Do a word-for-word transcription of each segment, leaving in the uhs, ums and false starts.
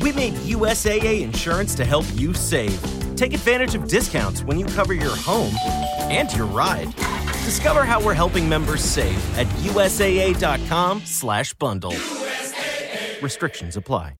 We made U S A A insurance to help you save. Take advantage of discounts when you cover your home and your ride. Discover how we're helping members save at usaa.com slash bundle. Restrictions apply.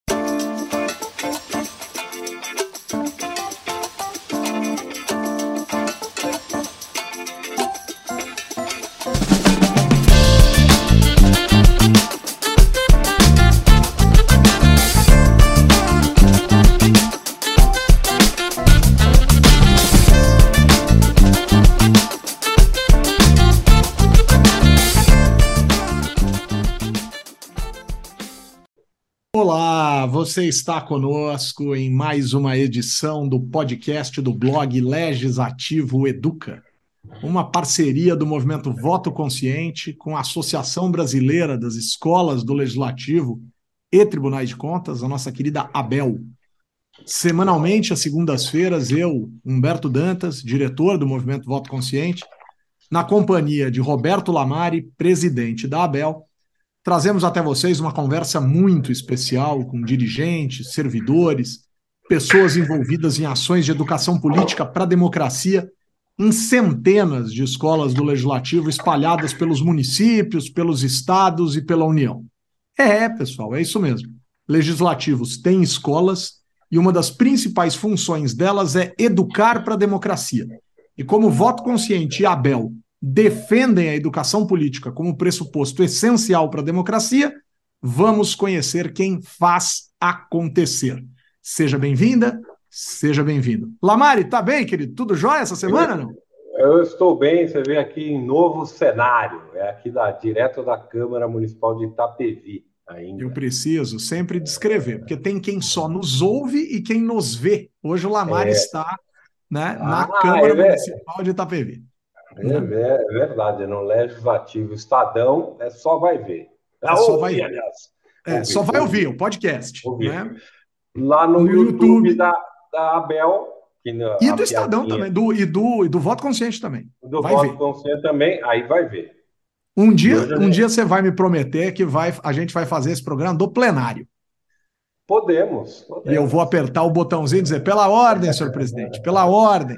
Olá, você está conosco em mais uma edição do podcast do blog Legislativo Educa, uma parceria do movimento Voto Consciente com a Associação Brasileira das Escolas do Legislativo e Tribunais de Contas, a nossa querida ABEL. Semanalmente, às segundas-feiras, eu, Humberto Dantas, diretor do movimento Voto Consciente, na companhia de Roberto Lamari, presidente da ABEL, trazemos até vocês uma conversa muito especial com dirigentes, servidores, pessoas envolvidas em ações de educação política para a democracia em centenas de escolas do Legislativo espalhadas pelos municípios, pelos estados e pela União. É, pessoal, é isso mesmo. Legislativos têm escolas e uma das principais funções delas é educar para a democracia. E como Voto Consciente e ABEL defendem a educação política como pressuposto essencial para a democracia, vamos conhecer quem faz acontecer. Seja bem-vinda, seja bem-vindo. Lamari, tá bem, querido? Tudo jóia essa semana, não? Eu estou bem, você vê aqui em novo cenário, é aqui da, direto da Câmara Municipal de Itapevi ainda. Eu preciso sempre descrever, porque tem quem só nos ouve e quem nos vê. Hoje o Lamari é. está né, na ah, Câmara é Municipal de Itapevi. É, é verdade, no Legislativo Estadão é só vai ver. É só vai ver, aliás. É, ouvir, só vai ouvir, ouvir o podcast. Ouvir. Né? Lá no, no YouTube, YouTube da, da Abel. Que na, e do Estadão também, do, e, do, e do Voto Consciente também. Do vai Voto ver. Consciente também, aí vai ver. Um dia, um dia você vai me prometer que vai, a gente vai fazer esse programa do plenário. Podemos, podemos. E eu vou apertar o botãozinho e dizer, pela ordem, senhor presidente, pela ordem.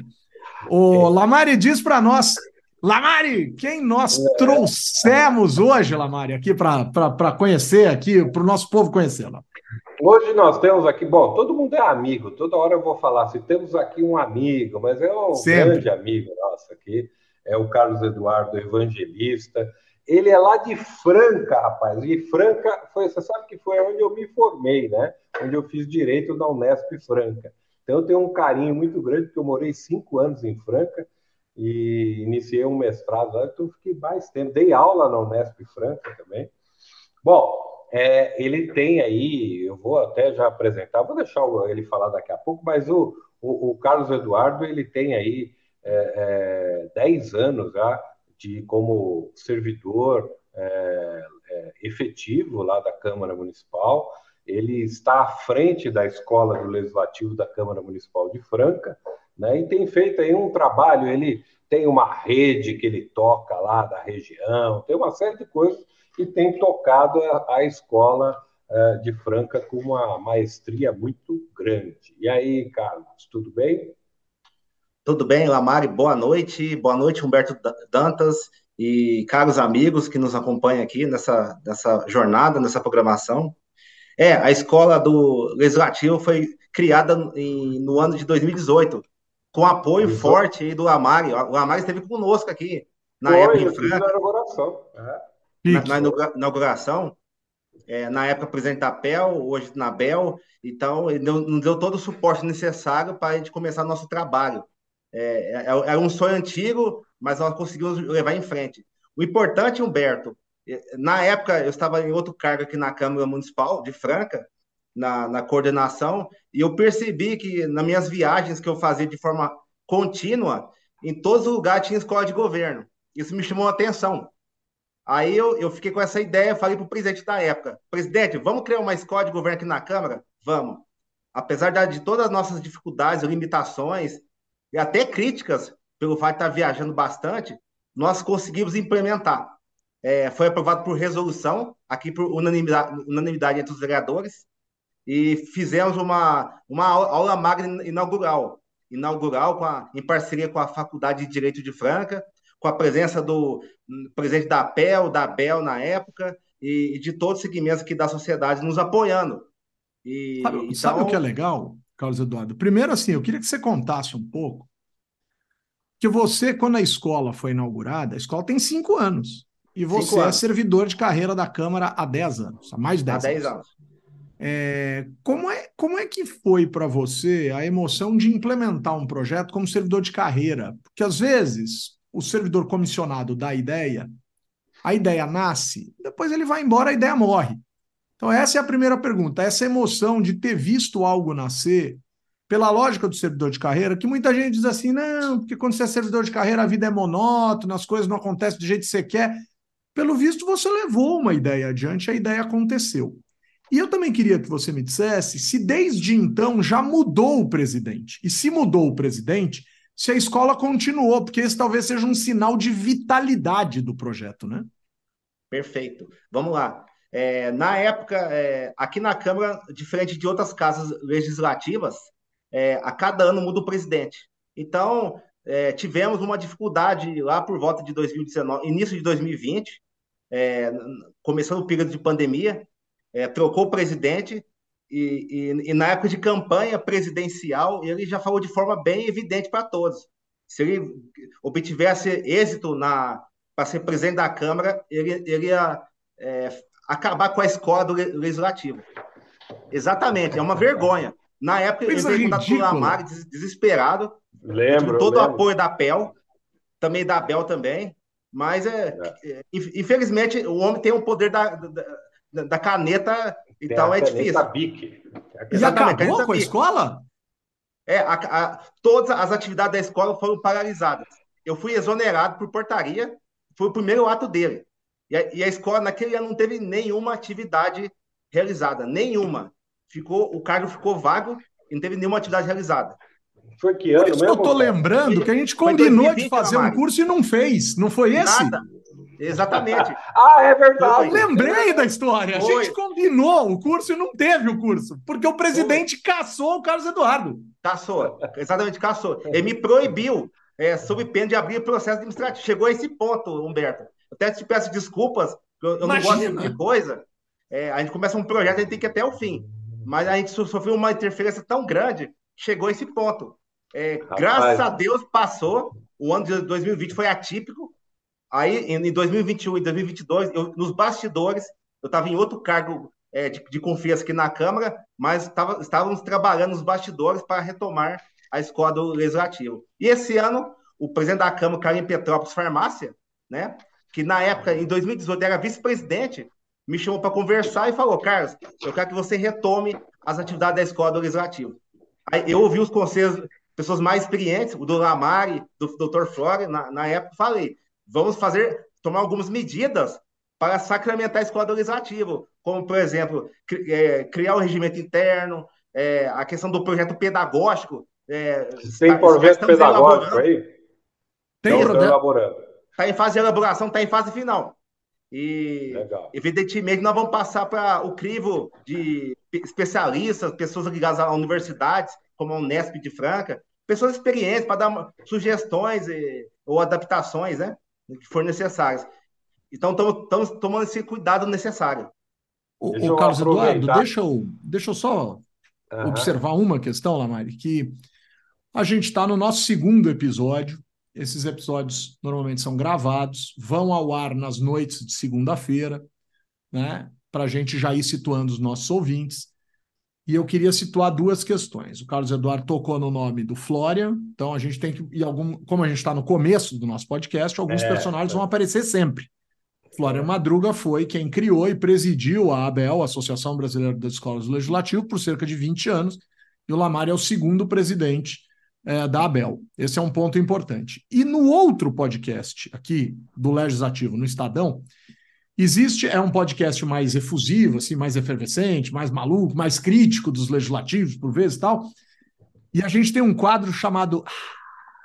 O Lamari diz para nós, Lamari, quem nós é. trouxemos hoje, Lamari, aqui para conhecer, aqui para o nosso povo conhecer. Lá. Hoje nós temos aqui, bom, todo mundo é amigo, toda hora eu vou falar assim, temos aqui um amigo, mas é um Sempre. grande amigo nosso aqui, é o Carlos Eduardo Evangelista. Ele é lá de Franca, rapaz, e Franca, foi, você sabe que foi onde eu me formei, né? Onde eu fiz Direito na Unesp Franca. Então, eu tenho um carinho muito grande, porque eu morei cinco anos em Franca e iniciei um mestrado lá, então eu fiquei mais tempo. Dei aula na Unesp Franca também. Bom, é, ele tem aí, eu vou até já apresentar, vou deixar ele falar daqui a pouco, mas o, o, o Carlos Eduardo, ele tem aí é, é, dez anos já de, como servidor é, é, efetivo lá da Câmara Municipal. Ele está à frente da Escola do Legislativo da Câmara Municipal de Franca, né, e tem feito aí um trabalho, ele tem uma rede que ele toca lá da região, tem uma série de coisas e tem tocado a, a escola uh, de Franca com uma maestria muito grande. E aí, Carlos, tudo bem? Tudo bem, Lamari, boa noite, boa noite, Humberto Dantas e caros amigos que nos acompanham aqui nessa, nessa jornada, nessa programação. É, a escola do Legislativo foi criada em, no ano de dois mil e dezoito, com apoio Isso. forte aí do Lamari. O Lamari esteve conosco aqui, na foi, época em Franca. Na inauguração. É. Na, na inauguração, é, na época presidente da P E L, hoje na B E L, então ele deu, nos deu todo o suporte necessário para a gente começar nosso trabalho. É, é, é um sonho antigo, mas nós conseguimos levar em frente. O importante, Humberto, na época, eu estava em outro cargo aqui na Câmara Municipal de Franca, na, na coordenação, e eu percebi que nas minhas viagens que eu fazia de forma contínua, em todos os lugares tinha escola de governo. Isso me chamou a atenção. Aí eu, eu fiquei com essa ideia, falei para o presidente da época, presidente, vamos criar uma escola de governo aqui na Câmara? Vamos. Apesar de todas as nossas dificuldades, limitações, e até críticas, pelo fato de estar viajando bastante, nós conseguimos implementar. É, foi aprovado por resolução, aqui por unanimidade, unanimidade entre os vereadores, e fizemos uma, uma aula magna inaugural, inaugural com a, em parceria com a Faculdade de Direito de Franca, com a presença do presidente da A P E L, da ABEL na época, e, e de todos os segmentos aqui da sociedade nos apoiando. E, sabe, então... sabe o que é legal, Carlos Eduardo? Primeiro, assim, eu queria que você contasse um pouco que você, quando a escola foi inaugurada, a escola tem cinco anos, e você é servidor de carreira da Câmara há dez anos, há mais de dez, há dez anos. anos. É, como, é, como é que foi para você a emoção de implementar um projeto como servidor de carreira? Porque, às vezes, o servidor comissionado dá a ideia, a ideia nasce, depois ele vai embora, a ideia morre. Então, essa é a primeira pergunta. Essa emoção de ter visto algo nascer, pela lógica do servidor de carreira, que muita gente diz assim, não, porque quando você é servidor de carreira a vida é monótona, as coisas não acontecem do jeito que você quer. Pelo visto, você levou uma ideia adiante, a ideia aconteceu. E eu também queria que você me dissesse se desde então já mudou o presidente. E se mudou o presidente, se a escola continuou, porque esse talvez seja um sinal de vitalidade do projeto, né? Perfeito. Vamos lá. É, na época, é, aqui na Câmara, diferente de outras casas legislativas, é, a cada ano muda o presidente. Então, é, tivemos uma dificuldade lá por volta de dois mil e dezenove, início de dois mil e vinte, é, começando o período de pandemia, é, trocou o presidente e, e, e na época de campanha presidencial, ele já falou de forma bem evidente para todos. Se ele obtivesse êxito para ser presidente da Câmara, ele, ele ia é, acabar com a escola do legislativo. Exatamente, é uma vergonha. Na época, ele veio contato com o Lamar, desesperado. Lembro, todo lembro. o apoio da A P E L, também da ABEL também. Mas, é, é. infelizmente, o homem tem o poder da, da, da caneta, então tem é difícil. A Bic. E acabou com a escola? É, a, a, todas as atividades da escola foram paralisadas. Eu fui exonerado por portaria, foi o primeiro ato dele. E a, e a escola, naquele ano, não teve nenhuma atividade realizada, nenhuma. Ficou, o cargo ficou vago e não teve nenhuma atividade realizada. Foi que ano Por isso mesmo? Que eu tô lembrando foi, que a gente combinou dois mil e vinte, de fazer um curso e não fez. Não foi esse? Nada. Exatamente. Ah, é verdade. Eu lembrei da história. Foi. A gente combinou o curso e não teve o curso, porque o presidente foi. caçou o Carlos Eduardo. Caçou, exatamente, caçou. Ele me proibiu, é, sob pena de abrir processo administrativo. Chegou a esse ponto, Humberto. Até te peço desculpas, eu, eu não gosto de coisa. É, a gente começa um projeto, a gente tem que ir até o fim. Mas a gente sofreu uma interferência tão grande, chegou a esse ponto. É, graças a Deus passou. O ano de dois mil e vinte foi atípico. Aí, em dois mil e vinte e um e dois mil e vinte e dois, eu, nos bastidores, eu estava em outro cargo é, de, de confiança aqui na Câmara, mas tava, estávamos trabalhando nos bastidores para retomar a escola do Legislativo. E esse ano, o presidente da Câmara, Carlinhos Petrópolis Farmácia, né, que na época, em dois mil e dezoito, era vice-presidente, me chamou para conversar e falou, Carlos, eu quero que você retome as atividades da escola do Legislativo. Aí eu ouvi os conselhos, pessoas mais experientes, o do Lamari, do doutor Flora, na, na época, falei, vamos fazer, tomar algumas medidas para sacramentar a escola do legislativo, como, por exemplo, cri, é, criar o um regimento interno, é, a questão do projeto pedagógico. É, Tem projeto pedagógico aí? Tem, Estão elaborando. Está em fase de elaboração, está em fase final. E, Legal. Evidentemente, nós vamos passar para o crivo de especialistas, pessoas ligadas a universidades, como a Unesp de Franca, pessoas experientes para dar sugestões e, ou adaptações, né, que forem necessárias. Então, estamos tomando esse cuidado necessário. O, o Carlos Eduardo, deixa eu, deixa eu só uhum. observar uma questão, Lamari, que a gente está no nosso segundo episódio. Esses episódios normalmente são gravados, vão ao ar nas noites de segunda-feira, né, para a gente já ir situando os nossos ouvintes. E eu queria situar duas questões. O Carlos Eduardo tocou no nome do Florian, então a gente tem que ir algum, como a gente está no começo do nosso podcast, alguns é, personagens é. vão aparecer sempre. Florian Madruga foi quem criou e presidiu a ABEL, a Associação Brasileira das Escolas do Legislativo, por cerca de vinte anos, e o Lamar é o segundo presidente é, da ABEL. Esse é um ponto importante. E no outro podcast aqui do Legislativo, no Estadão, existe, é um podcast mais efusivo, assim, mais efervescente, mais maluco, mais crítico dos legislativos, por vezes e tal, e a gente tem um quadro chamado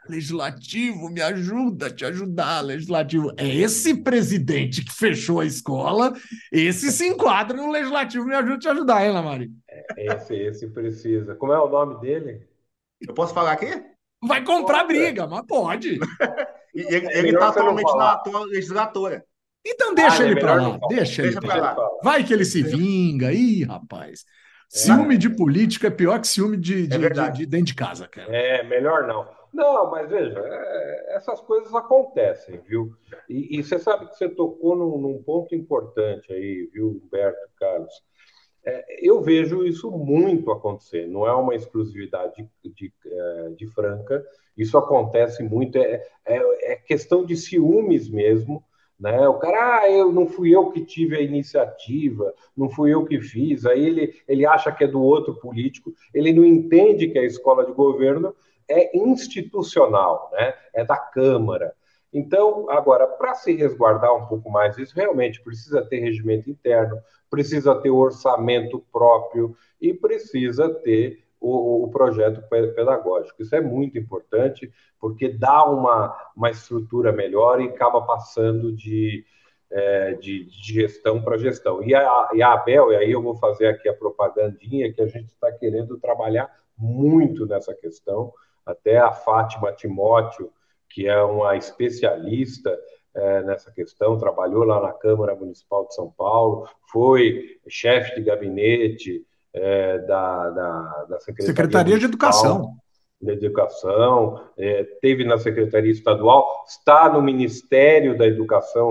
Legislativo, me ajuda a te ajudar, legislativo. É esse presidente que fechou a escola, esse se enquadra no legislativo, me ajuda a te ajudar, hein, Lamari? Esse, esse precisa. Como é o nome dele? Eu posso falar aqui? Vai comprar pode. briga, mas pode. Ele é está atualmente na atual legislatura. Então deixa ah, ele é para lá, deixa, deixa ele para lá. lá. Vai que ele se vinga. Ih, rapaz. Ciúme é. de política é pior que ciúme de, de, é de, de dentro de casa, cara. É, melhor não. Não, mas veja, é, essas coisas acontecem, viu? E, e você sabe que você tocou num, num ponto importante aí, viu, Humberto, Carlos? É, eu vejo isso muito acontecer, não é uma exclusividade de, de, de Franca, isso acontece muito, é, é, é questão de ciúmes mesmo, né? O cara, ah, eu, não fui eu que tive a iniciativa, não fui eu que fiz, aí ele, ele acha que é do outro político, ele não entende que a escola de governo é institucional, né? É da Câmara. Então, agora, para se resguardar um pouco mais isso, realmente precisa ter regimento interno, precisa ter orçamento próprio e precisa ter o, o projeto pedagógico. Isso é muito importante, porque dá uma, uma estrutura melhor e acaba passando de, é, de, de gestão para gestão. E a, e a Abel, e aí eu vou fazer aqui a propagandinha, que a gente está querendo trabalhar muito nessa questão, até a Fátima Timóteo, que é uma especialista é, nessa questão, trabalhou lá na Câmara Municipal de São Paulo, foi chefe de gabinete é, da, da, da Secretaria, Secretaria de Educação. De Educação, é, teve na Secretaria Estadual, está no Ministério da Educação,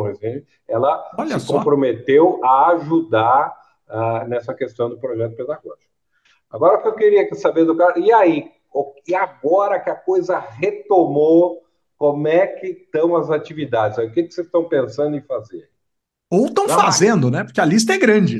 ela Olha se só. comprometeu a ajudar a, nessa questão do projeto pedagógico. Agora, o que eu queria saber do cara, e aí, e agora que a coisa retomou, como é que estão as atividades? O que, que vocês estão pensando em fazer? Ou estão fazendo, né? Porque a lista é grande.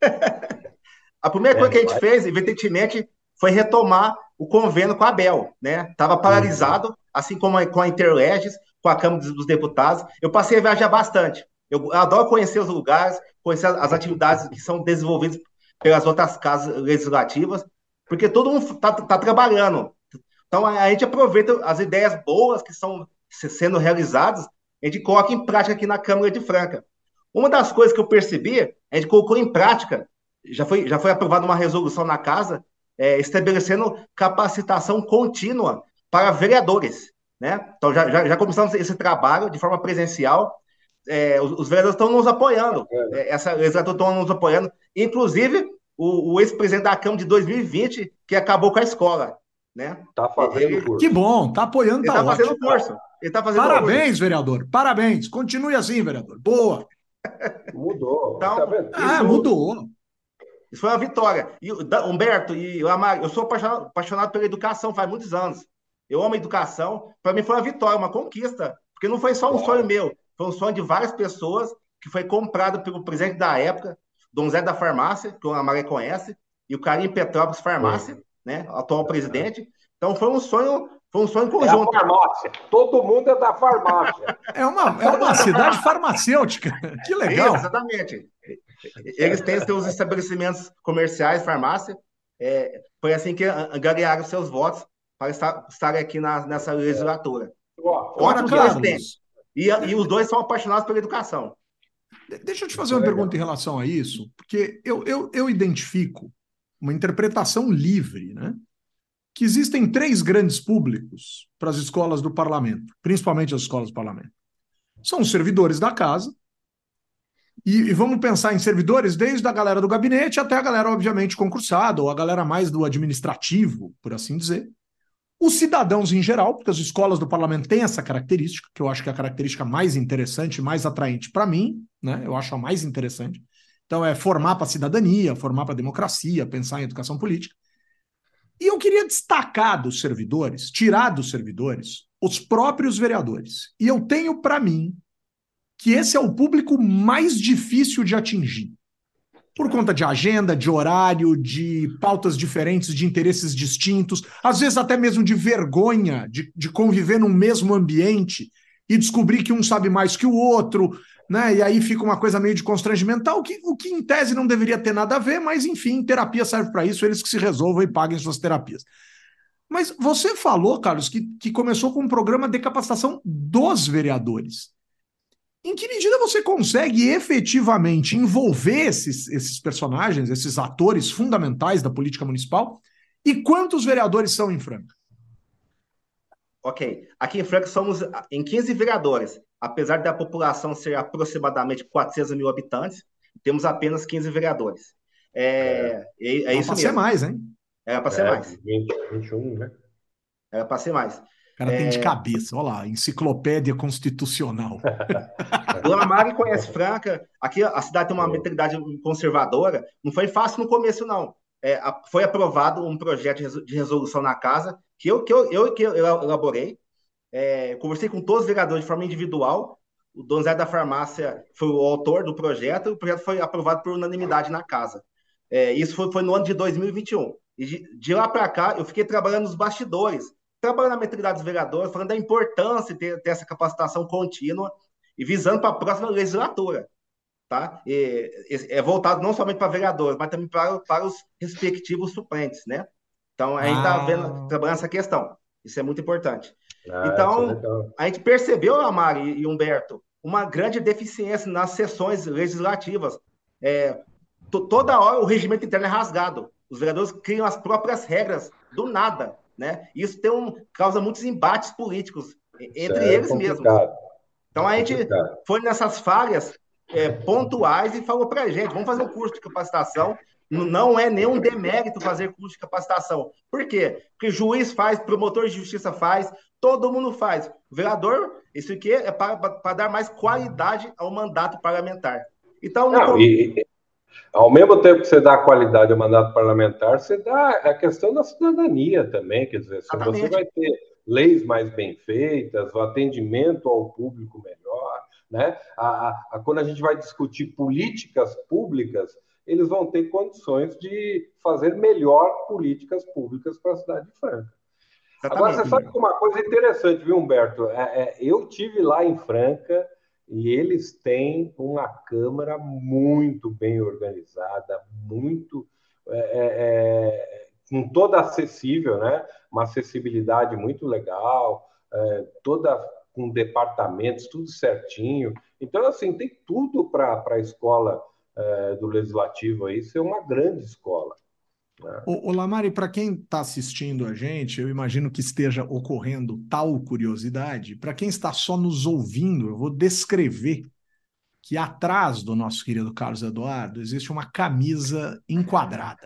A primeira é, coisa que a gente vai... fez, evidentemente, foi retomar o convênio com a Abel, né? Estava paralisado, uhum. assim como a, com a Interleges, com a Câmara dos Deputados. Eu passei a viajar bastante. Eu adoro conhecer os lugares, conhecer as atividades que são desenvolvidas pelas outras casas legislativas, porque todo mundo está tá trabalhando. Então, a gente aproveita as ideias boas que estão sendo realizadas, a gente coloca em prática aqui na Câmara de Franca. Uma das coisas que eu percebi, a gente colocou em prática, já foi, já foi aprovada uma resolução na casa, é, estabelecendo capacitação contínua para vereadores, né? Então, já, já, já começamos esse trabalho de forma presencial, é, os, os vereadores estão nos apoiando, é, essa legislatura estão nos apoiando, inclusive o, o ex-presidente da Câmara de dois mil e vinte, que acabou com a escola, né? Tá fazendo ele, curso. Que bom, tá apoiando, tá Ele tá ótimo. fazendo curso. Ele tá fazendo Parabéns, curso. vereador. Parabéns. Continue assim, vereador. Boa. Mudou. Então, tá vendo? Ah, isso, mudou. Isso foi uma vitória. E Humberto e Amaro, eu sou apaixonado, apaixonado pela educação faz muitos anos. Eu amo a educação. Para mim foi uma vitória, uma conquista. Porque não foi só um claro. sonho meu. Foi um sonho de várias pessoas que foi comprado pelo presidente da época, Dom Zé da Farmácia, que o Amaro conhece, e o Carim Petrópolis Farmácia, Sim. né? Atual presidente. Então foi um sonho, foi um sonho conjunto. É a farmácia. Todo mundo é da farmácia. É uma, é uma cidade farmacêutica. Que legal. É, exatamente. Eles têm seus estabelecimentos comerciais, farmácia. É, foi assim que ganharam seus votos para estar, estarem aqui na, nessa legislatura. Ora, Carlos. E, e os dois são apaixonados pela educação. Deixa eu te fazer uma pergunta em relação a isso, porque eu, eu, eu identifico uma interpretação livre, né? Que existem três grandes públicos para as escolas do parlamento, principalmente as escolas do parlamento. São os servidores da casa, e, e vamos pensar em servidores desde a galera do gabinete até a galera, obviamente, concursada, ou a galera mais do administrativo, por assim dizer. Os cidadãos em geral, porque as escolas do parlamento têm essa característica, que eu acho que é a característica mais interessante, mais atraente para mim, né? Eu acho a mais interessante. Então é formar para a cidadania, formar para a democracia, pensar em educação política. E eu queria destacar dos servidores, tirar dos servidores, os próprios vereadores. E eu tenho para mim que esse é o público mais difícil de atingir. Por conta de agenda, de horário, de pautas diferentes, de interesses distintos, às vezes até mesmo de vergonha de, de conviver num mesmo ambiente e descobrir que um sabe mais que o outro, né? E aí fica uma coisa meio de constrangimento, o que, o que em tese não deveria ter nada a ver, mas enfim, terapia serve para isso, eles que se resolvam e paguem suas terapias. Mas você falou, Carlos, que, que começou com um programa de capacitação dos vereadores. Em que medida você consegue efetivamente envolver esses, esses personagens, esses atores fundamentais da política municipal? E quantos vereadores são em Franca? Ok. Aqui em Franca somos em quinze vereadores. Apesar da população ser aproximadamente quatrocentos mil habitantes, temos apenas quinze vereadores. É, é, é isso para ser mais, hein? Era para ser É, mais. vinte, vinte e um, né? Era para ser mais. O cara é... tem de cabeça, olha lá, enciclopédia constitucional. O Lamari conhece Franca. Aqui a cidade tem uma mentalidade conservadora. Não foi fácil no começo, não. É, foi aprovado um projeto de resolução na casa que eu, que eu, eu, que eu elaborei. É, conversei com todos os vereadores de forma individual. O Dom Zé da Farmácia foi o autor do projeto. E o projeto foi aprovado por unanimidade na casa. É, isso foi, foi no ano de dois mil e vinte e um. E de, de lá para cá, eu fiquei trabalhando nos bastidores, trabalhando na mentalidade dos vereadores, falando da importância de ter, ter essa capacitação contínua e visando para a próxima legislatura. Tá? E, é voltado não somente para vereadores, mas também para, para os respectivos suplentes, né? Então, a gente está ah. vendo, trabalhando essa questão. Isso é muito importante. Ah, então, é a gente percebeu, Amari e Humberto, uma grande deficiência nas sessões legislativas. É, to, toda hora o regimento interno é rasgado. Os vereadores criam as próprias regras do nada, né? Isso tem um, causa muitos embates políticos entre é eles complicado. mesmos. Então, a gente foi nessas falhas é, pontuais e falou para a gente, vamos fazer um curso de capacitação. Não é nenhum demérito fazer curso de capacitação. Por quê? Porque juiz faz, promotor de justiça faz, todo mundo faz. O vereador, isso aqui é para, para dar mais qualidade ao mandato parlamentar. Então, não, não... E, ao mesmo tempo que você dá qualidade ao mandato parlamentar, você dá a questão da cidadania também. Quer dizer, se você vai ter leis mais bem feitas, o atendimento ao público melhor, né? A, a, a, quando a gente vai discutir políticas públicas, eles vão ter condições de fazer melhor políticas públicas para a cidade de Franca. Exatamente. Agora, você sabe que uma coisa interessante, viu, Humberto? É, é, eu tive lá em Franca e eles têm uma Câmara muito bem organizada, muito... É, é, com toda acessível, né? Uma acessibilidade muito legal, é, toda com departamentos, tudo certinho. Então, assim, tem tudo para a escola é, do Legislativo aí ser uma grande escola. Né? Ô, ô Lamari, para quem está assistindo a gente, eu imagino que esteja ocorrendo tal curiosidade. Para quem está só nos ouvindo, eu vou descrever que atrás do nosso querido Carlos Eduardo existe uma camisa enquadrada.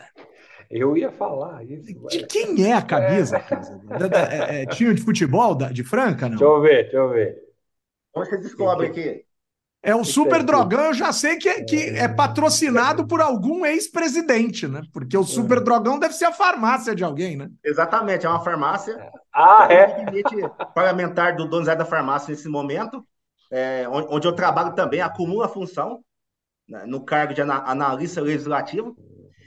Eu ia falar isso. De mas... quem é a camisa? É, é, é time de futebol da, de Franca, não? Deixa eu ver, deixa eu ver. Onde você descobre aqui? É o Super Drogão, eu já sei que é, que é patrocinado por algum ex-presidente, né? Porque o Super Drogão deve ser a farmácia de alguém, né? Exatamente, é uma farmácia. Ah, é? O gabinete parlamentar do dono Zé da Farmácia nesse momento, é, onde eu trabalho também, acumula a função, né, no cargo de analista legislativo.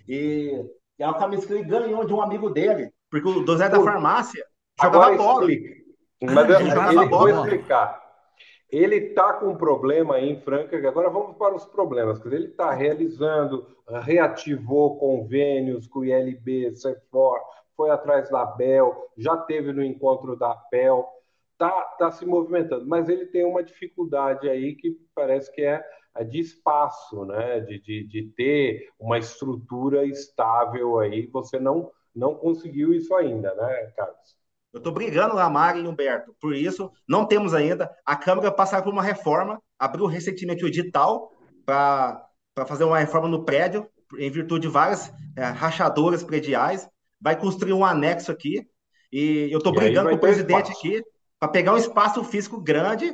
E é uma camisa que ele ganhou de um amigo dele, porque o dono Zé da Farmácia jogava bola. Mas ah, eu, jogava ele, bola. Vou explicar. Ele está com um problema aí em Franca, agora vamos para os problemas. Ele está realizando, reativou convênios com o I L B, Cefor, foi atrás da Bel, já teve no encontro da P E L, está tá se movimentando, mas ele tem uma dificuldade aí que parece que é de espaço, né? de, de, de ter uma estrutura estável aí. Você não, não conseguiu isso ainda, né, Carlos? Eu estou brigando, Lamari e Humberto, por isso não temos ainda. A Câmara passar por uma reforma, abriu recentemente o edital para fazer uma reforma no prédio, em virtude de várias é, rachaduras prediais. Vai construir um anexo aqui, e eu estou brigando com o presidente espaço. aqui para pegar um espaço físico grande,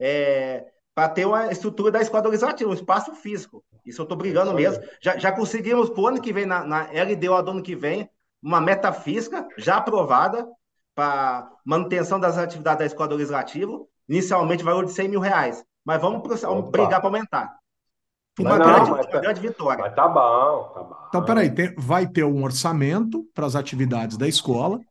é, para ter uma estrutura da escola legislativa, um espaço físico. Isso eu estou brigando mesmo. Já, já conseguimos, para o ano que vem, na, na L D O do ano que vem, uma meta física já aprovada, para manutenção das atividades da escola do legislativo, inicialmente valor de cem mil reais. Mas vamos brigar para aumentar. Uma, não, grande, mas uma tá, grande vitória. Mas tá bom, tá bom. Então, peraí, tem, vai ter um orçamento para as atividades da escola,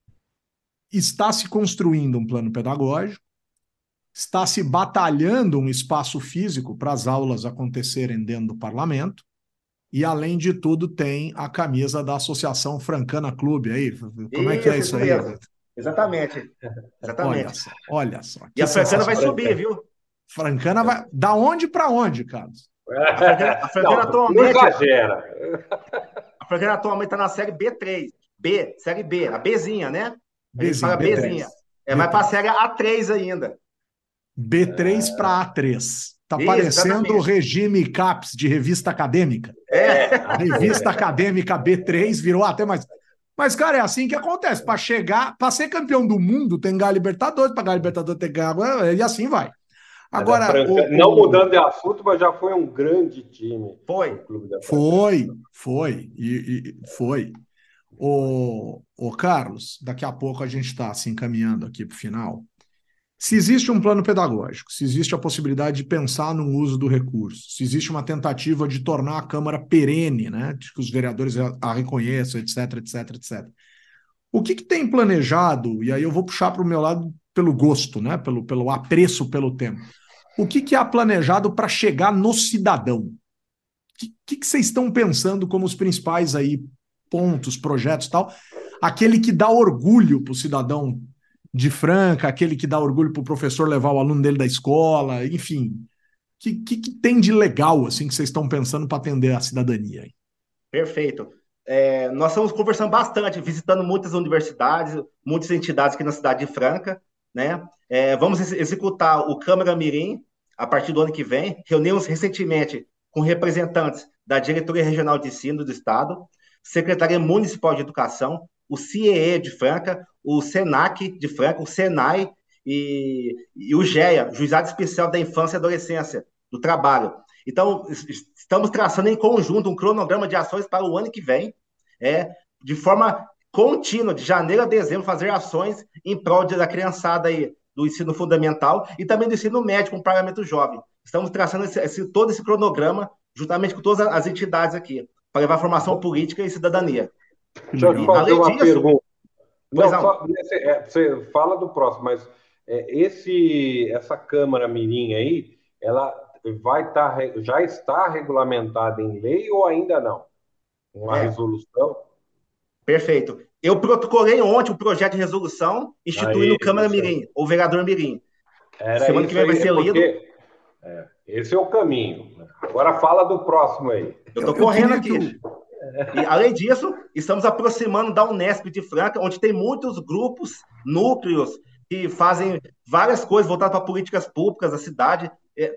está se construindo um plano pedagógico, está se batalhando um espaço físico para as aulas acontecerem dentro do parlamento, E, além de tudo, tem a camisa da Associação Francana Clube. Aí, como é que é isso aí? Mesmo. Exatamente. Exatamente. Olha só, olha só. E a Francana vai subir, viu? Francana vai... Da onde para onde, Carlos? A Francana, a Francana não, atualmente... Não exagera. A Francana atualmente está na série B três. B, série B, a Bzinha, né? A gente fala Bzinha. É, vai para a série A três ainda. B três para A três. Tá parecendo o regime CAPES de revista acadêmica. É. A revista acadêmica B três virou até mais... Mas, cara, é assim que acontece. Para chegar, para ser campeão do mundo, tem que ganhar Libertadores, para ganhar Libertadores tem que ganhar, e assim vai. Agora, Franca... o, não o... mudando de assunto, mas já foi um grande time. Foi. Foi, foi, e, e foi. O, o Carlos, daqui a pouco a gente está se encaminhando aqui para o final. Se existe um plano pedagógico, se existe a possibilidade de pensar no uso do recurso, se existe uma tentativa de tornar a Câmara perene, né, de que os vereadores a reconheçam, etc, etc, etcétera. O que, que tem planejado, e aí eu vou puxar para o meu lado pelo gosto, né, pelo, pelo apreço pelo tema. O que, que há planejado para chegar no cidadão? O que, que, que vocês estão pensando como os principais aí pontos, projetos e tal? Aquele que dá orgulho para o cidadão de Franca, aquele que dá orgulho para o professor levar o aluno dele da escola, enfim. O que, que, que tem de legal assim que vocês estão pensando para atender a cidadania? Aí? Perfeito. É, nós estamos conversando bastante, visitando muitas universidades, muitas entidades aqui na cidade de Franca, né? É, vamos ex- executar o Câmara Mirim a partir do ano que vem. Reunimos recentemente com representantes da Diretoria Regional de Ensino do Estado, Secretaria Municipal de Educação, o C I E E de Franca, o SENAC de Franca, o SENAI e, e o GEA, Juizado Especial da Infância e Adolescência, do Trabalho. Então, estamos traçando em conjunto um cronograma de ações para o ano que vem, é, de forma contínua, de janeiro a dezembro, fazer ações em prol da criançada aí, do ensino fundamental e também do ensino médio com o Parlamento Jovem. Estamos traçando esse, esse, todo esse cronograma, juntamente com todas as entidades aqui, para levar formação política e cidadania. Deixa eu te fazer uma disso, pergunta. Não, só, é, você fala do próximo, mas é, esse, essa Câmara Mirim aí, ela vai estar, já está regulamentada em lei ou ainda não? Uma é. resolução? Perfeito. Eu protocolei ontem um projeto de resolução instituindo aí, Câmara Mirim, ou vereador Mirim. Era Semana que vem vai ser porque, lido. É, esse é o caminho. Agora fala do próximo aí. Eu estou correndo aqui. E, além disso, estamos aproximando da Unesp de Franca, onde tem muitos grupos, núcleos, que fazem várias coisas voltadas para políticas públicas da cidade.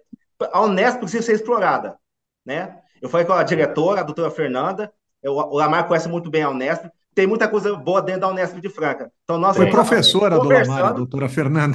A Unesp precisa ser explorada, né? Eu falei com a diretora, a doutora Fernanda, eu, o Lamar conhece muito bem a Unesp, tem muita coisa boa dentro da Unesp de Franca. Então, nós Foi professora do Lamar, a doutora Fernanda.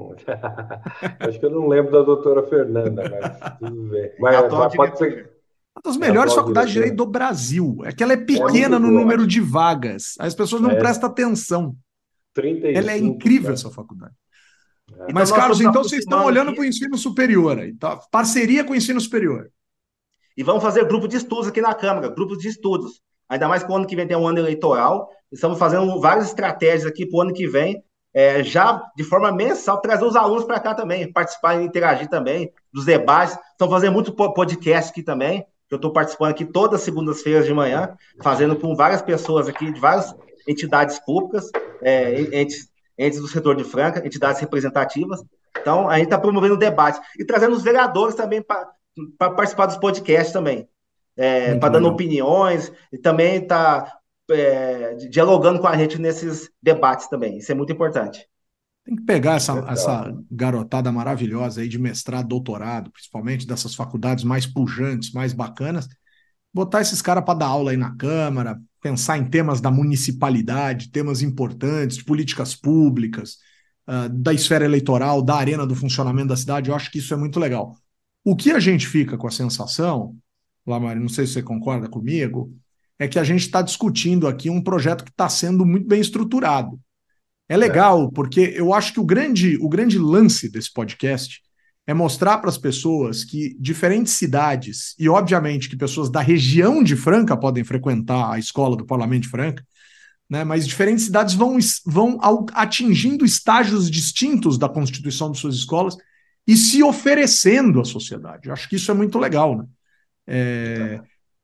Acho que eu não lembro da doutora Fernanda, mas tudo bem. Mas, mas pode ser... Uma das melhores é faculdades de direito do Brasil. É que ela é pequena é no boa, número de vagas. As pessoas não é. prestam atenção. trinta e cinco, ela é incrível, cara. Essa faculdade. É. Mas, então, Carlos, então vocês estão olhando para o ensino superior. Aí, tá? Parceria com o ensino superior. E vamos fazer grupo de estudos aqui na Câmara, grupos de estudos. Ainda mais que o ano que vem tem um ano eleitoral. Estamos fazendo várias estratégias aqui para o ano que vem, é, já de forma mensal, trazer os alunos para cá também, participar e interagir também dos debates. Estamos fazendo muito podcast aqui também. Eu estou participando aqui todas as segundas-feiras de manhã, fazendo com várias pessoas aqui, de várias entidades públicas, é, entes, entes do setor de Franca, entidades representativas. Então, a gente está promovendo debates e trazendo os vereadores também para participar dos podcasts também, é, para dando opiniões e também está é, dialogando com a gente nesses debates também. Isso é muito importante. Tem que pegar essa, essa garotada maravilhosa aí de mestrado, doutorado, principalmente dessas faculdades mais pujantes, mais bacanas, botar esses caras para dar aula aí na Câmara, pensar em temas da municipalidade, temas importantes, de políticas públicas, uh, da esfera eleitoral, da arena do funcionamento da cidade. Eu acho que isso é muito legal. O que a gente fica com a sensação, Lamar, não sei se você concorda comigo, é que a gente está discutindo aqui um projeto que está sendo muito bem estruturado. É legal, porque eu acho que o grande, o grande lance desse podcast é mostrar para as pessoas que diferentes cidades, e obviamente que pessoas da região de Franca podem frequentar a escola do Parlamento de Franca, né, mas diferentes cidades vão, vão atingindo estágios distintos da constituição de suas escolas e se oferecendo à sociedade. Eu acho que isso é muito legal, né? É,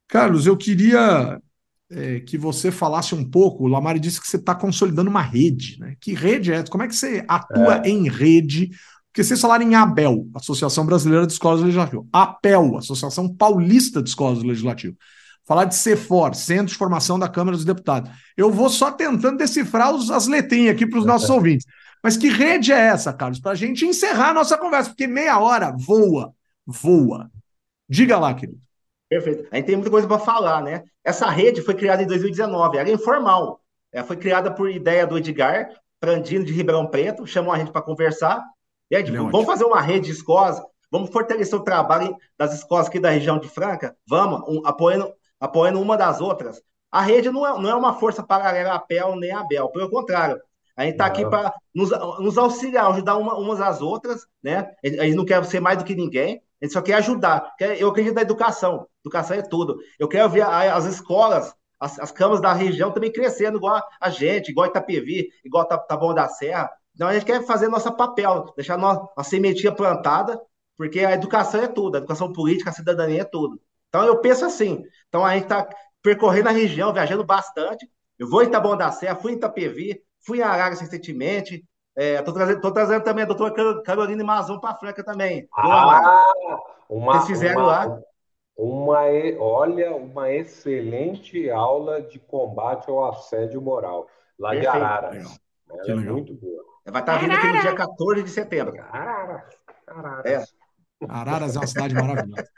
Carlos, eu queria é, que você falasse um pouco. O Lamari disse que você está consolidando uma rede, né? Que rede é essa? Como é que você atua É. em rede? Porque vocês falaram em ABEL, Associação Brasileira de Escolas Legislativas, APEL, Associação Paulista de Escolas Legislativas. Falar de CEFOR, Centro de Formação da Câmara dos Deputados. Eu vou só tentando decifrar os, as letrinhas aqui para os nossos ouvintes. Mas que rede é essa, Carlos? Para a gente encerrar a nossa conversa, porque meia hora voa, voa. Diga lá, querido. Perfeito. A gente tem muita coisa para falar, né? Essa rede foi criada em dois mil e dezenove, era informal. Ela foi criada por ideia do Edgar Prandino de Ribeirão Preto, chamou a gente para conversar. E aí, Ele é vamos ótimo. fazer uma rede de escolas, vamos fortalecer o trabalho das escolas aqui da região de Franca, vamos, um, apoiando, apoiando uma das outras. A rede não é, não é uma força paralela à APEL nem à ABEL, pelo contrário. A gente está aqui Não. para nos, nos auxiliar, ajudar uma, umas às outras, né? A gente não quer ser mais do que ninguém, a gente só quer ajudar. Eu acredito na educação. Educação é tudo. Eu quero ver as escolas, as, as câmaras da região também crescendo igual a gente, igual Itapevi, igual Taboão da Serra. Então a gente quer fazer nosso papel, deixar a sementinha plantada, porque a educação é tudo, a educação política, a cidadania é tudo. Então eu penso assim. Então a gente está percorrendo a região, viajando bastante. Eu vou em Taboão da Serra, fui em Itapevi, fui em Araras recentemente. Estou é, trazendo, trazendo também a doutora Carolina Mazon para a Franca também. Ah, uma, Vocês fizeram uma, lá? uma, olha, uma excelente aula de combate ao assédio moral, lá de Perfeito. Legal. Araras. Ela Que é legal. muito boa. Vai estar vindo aqui no dia quatorze de setembro. Araras, Araras. É. Araras é uma cidade maravilhosa.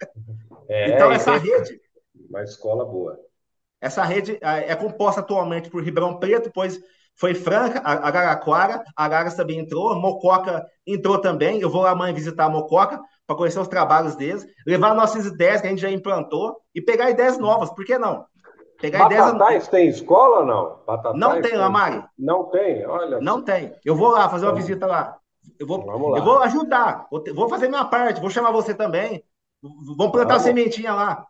É, Então, e essa tem rede, uma escola boa. essa rede é é composta atualmente por Ribeirão Preto, depois foi Franca, A- Araraquara, Araras também entrou, Mococa entrou também. Eu vou lá amanhã visitar a Mococa para conhecer os trabalhos deles, levar nossas ideias que a gente já implantou e pegar ideias novas, por que não? Pegar ideias. Batatais tem escola ou não? Batatais Não tem, Lamari. Não tem, olha. Não tem. Eu vou lá fazer uma Vamos. visita lá. Eu vou, Vamos lá. eu vou ajudar. Vou, te- vou fazer minha parte. Vou chamar você também. V- Vamos plantar Vamos. sementinha lá.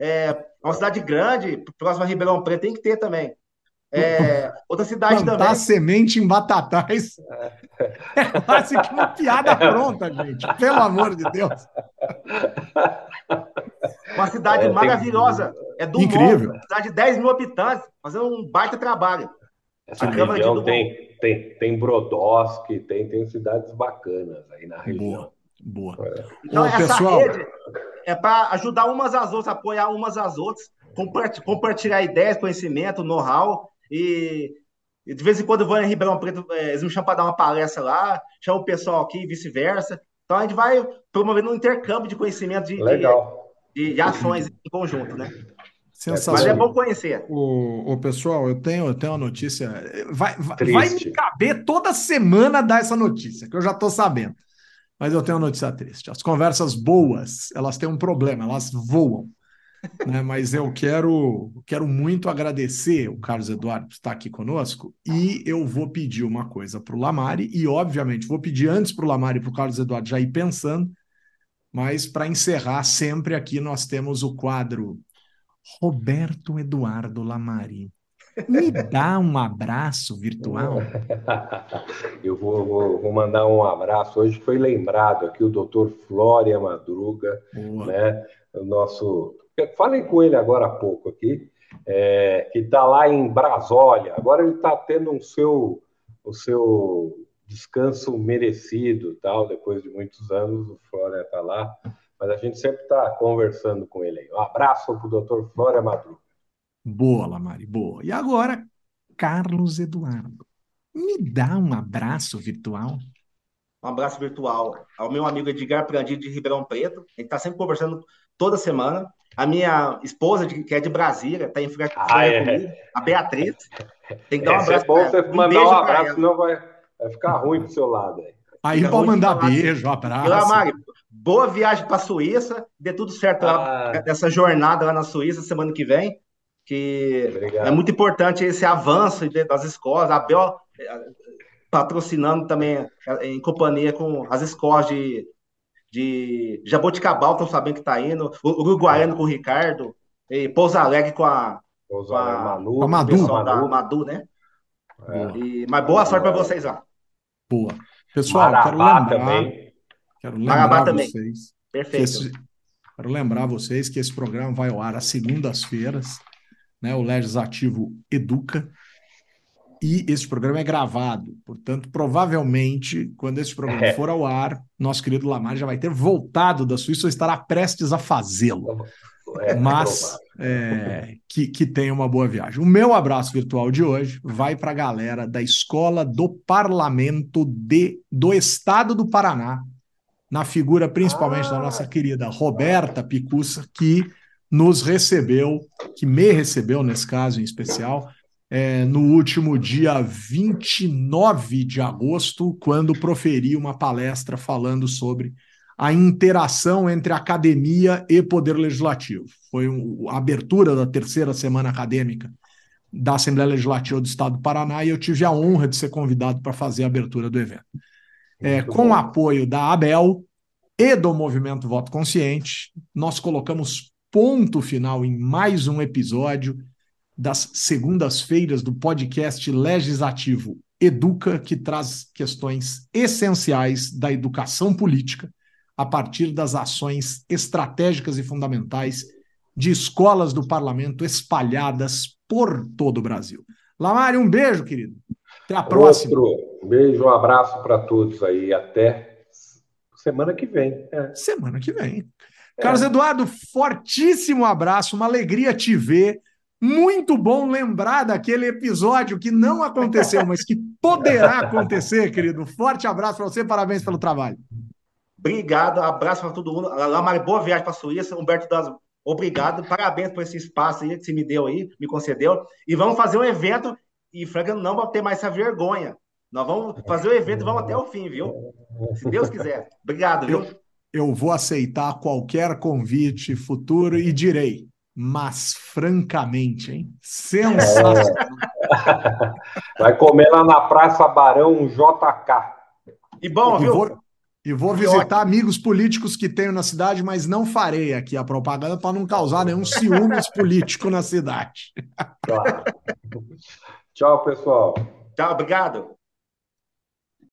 É uma cidade grande, próxima a Ribeirão Preto, tem que ter também. É, outra cidade Plantar também. semente em batatais é quase que uma piada pronta, gente. Pelo amor de Deus. Uma cidade É, tem- maravilhosa. É Dumont, Incrível. cidade de dez mil habitantes, fazendo um baita trabalho. Essa A Câmara de região Dumont. tem, tem, tem Brodowski, tem, tem cidades bacanas aí na região. Boa, boa. Então, Ô, essa pessoal, rede é para ajudar umas às outras, apoiar umas às outras, compart- compartilhar ideias, conhecimento, know-how. E, e de vez em quando eu vou em Ribeirão Preto, é, eles me chamam para dar uma palestra lá, chamam o pessoal aqui e vice-versa. Então, a gente vai promovendo um intercâmbio de conhecimento, de, de, Legal. de, de ações em conjunto, né? Mas é sensacional. bom conhecer. Ô, ô, pessoal, eu tenho, eu tenho uma notícia. Vai, vai, Triste. vai me caber toda semana dar essa notícia, que eu já estou sabendo. Mas eu tenho uma notícia triste. As conversas boas, elas têm um problema, elas voam. Né? Mas eu quero, quero muito agradecer o Carlos Eduardo por estar aqui conosco e eu vou pedir uma coisa para o Lamari e, obviamente, vou pedir antes para o Lamari e para o Carlos Eduardo já ir pensando, mas para encerrar, sempre aqui nós temos o quadro Roberto Eduardo Lamari. Me dá um abraço virtual? Eu vou, vou, vou mandar um abraço. Hoje foi lembrado aqui o doutor Flória Madruga, Boa. né? O nosso. Falei com ele agora há pouco aqui, é, que está lá em Brasólia. Agora ele está tendo um seu, o seu descanso merecido, tal. Depois de muitos anos, o Flória está lá. Mas a gente sempre está conversando com ele aí. Um abraço para o doutor Flória Madruga. Boa, Lamari, boa. E agora, Carlos Eduardo, me dá um abraço virtual? Um abraço virtual ao meu amigo Edgar Prandini de Ribeirão Preto. A gente está sempre conversando toda semana. A minha esposa, de- que é de Brasília, está em Franca Ah, é. comigo, a Beatriz. Tem que dar um Esse é abraço bom pra você ela. Um mandar beijo um pra abraço, ela. senão vai, vai ficar ruim do seu lado aí. Aí Fica pode ruim de mandar falar. beijo, E lá, abraço. Mari, boa viagem para a Suíça. Dê tudo certo lá Ah. nessa jornada lá na Suíça semana que vem. Que Obrigado. é muito importante esse avanço de- das escolas. A Bel eh, patrocinando também eh, em companhia com as escolas de, de Jaboticabal, estão sabendo que está indo. O Uruguaiano com o Ricardo. E Pouso Alegre com a, Pouso com a- Alegre, Manu, com a Madu. pessoal da Manu. Madu, né? Boa, E, mas boa sorte para vocês lá. boa. Pessoal, quero Marabá lembrar, também. quero Marabá lembrar também. vocês que Perfeito. esse, Quero lembrar vocês que esse programa vai ao ar às segundas-feiras, né? O Legislativo Educa. E esse programa é gravado. Portanto, provavelmente, quando esse programa É. for ao ar, nosso querido Lamar já vai ter voltado da Suíça ou estará prestes a fazê-lo. É, Mas é, que, que tenha uma boa viagem. O meu abraço virtual de hoje vai para a galera da Escola do Parlamento de, do Estado do Paraná, na figura principalmente ah. da nossa querida Roberta Picussa, que nos recebeu, que me recebeu nesse caso em especial, é, no último dia vinte e nove de agosto, quando proferi uma palestra falando sobre a interação entre academia e poder legislativo. Foi um, a abertura da terceira semana acadêmica da Assembleia Legislativa do Estado do Paraná e eu tive a honra de ser convidado para fazer a abertura do evento. É, com o apoio da ABEL e do Movimento Voto Consciente, nós colocamos ponto final em mais um episódio das segundas-feiras do podcast legislativo Educa, que traz questões essenciais da educação política a partir das ações estratégicas e fundamentais de escolas do parlamento espalhadas por todo o Brasil. Lamar, um beijo, querido. Até a próxima. Outro beijo, um abraço para todos aí. Até semana que vem. É. Semana que vem. É. Carlos Eduardo, fortíssimo abraço, uma alegria te ver. Muito bom lembrar daquele episódio que não aconteceu, mas que poderá acontecer, querido. Forte abraço para você, parabéns pelo trabalho. Obrigado, abraço para todo mundo. Lamar, boa viagem para a Suíça. Humberto Das, obrigado, parabéns por esse espaço aí que você me deu aí, me concedeu. E vamos fazer um evento, e Franca, não vamos ter mais essa vergonha. Nós vamos fazer o evento e vamos até o fim, viu? Se Deus quiser. Obrigado, viu? Eu, eu vou aceitar qualquer convite futuro e direi, mas francamente, hein? Sensacional. É. Vai comer lá na Praça Barão J K. E bom, e viu? Vou, e vou visitar amigos políticos que tenho na cidade, mas não farei aqui a propaganda para não causar nenhum ciúmes político na cidade. Claro. Tchau, pessoal. Tchau, obrigado.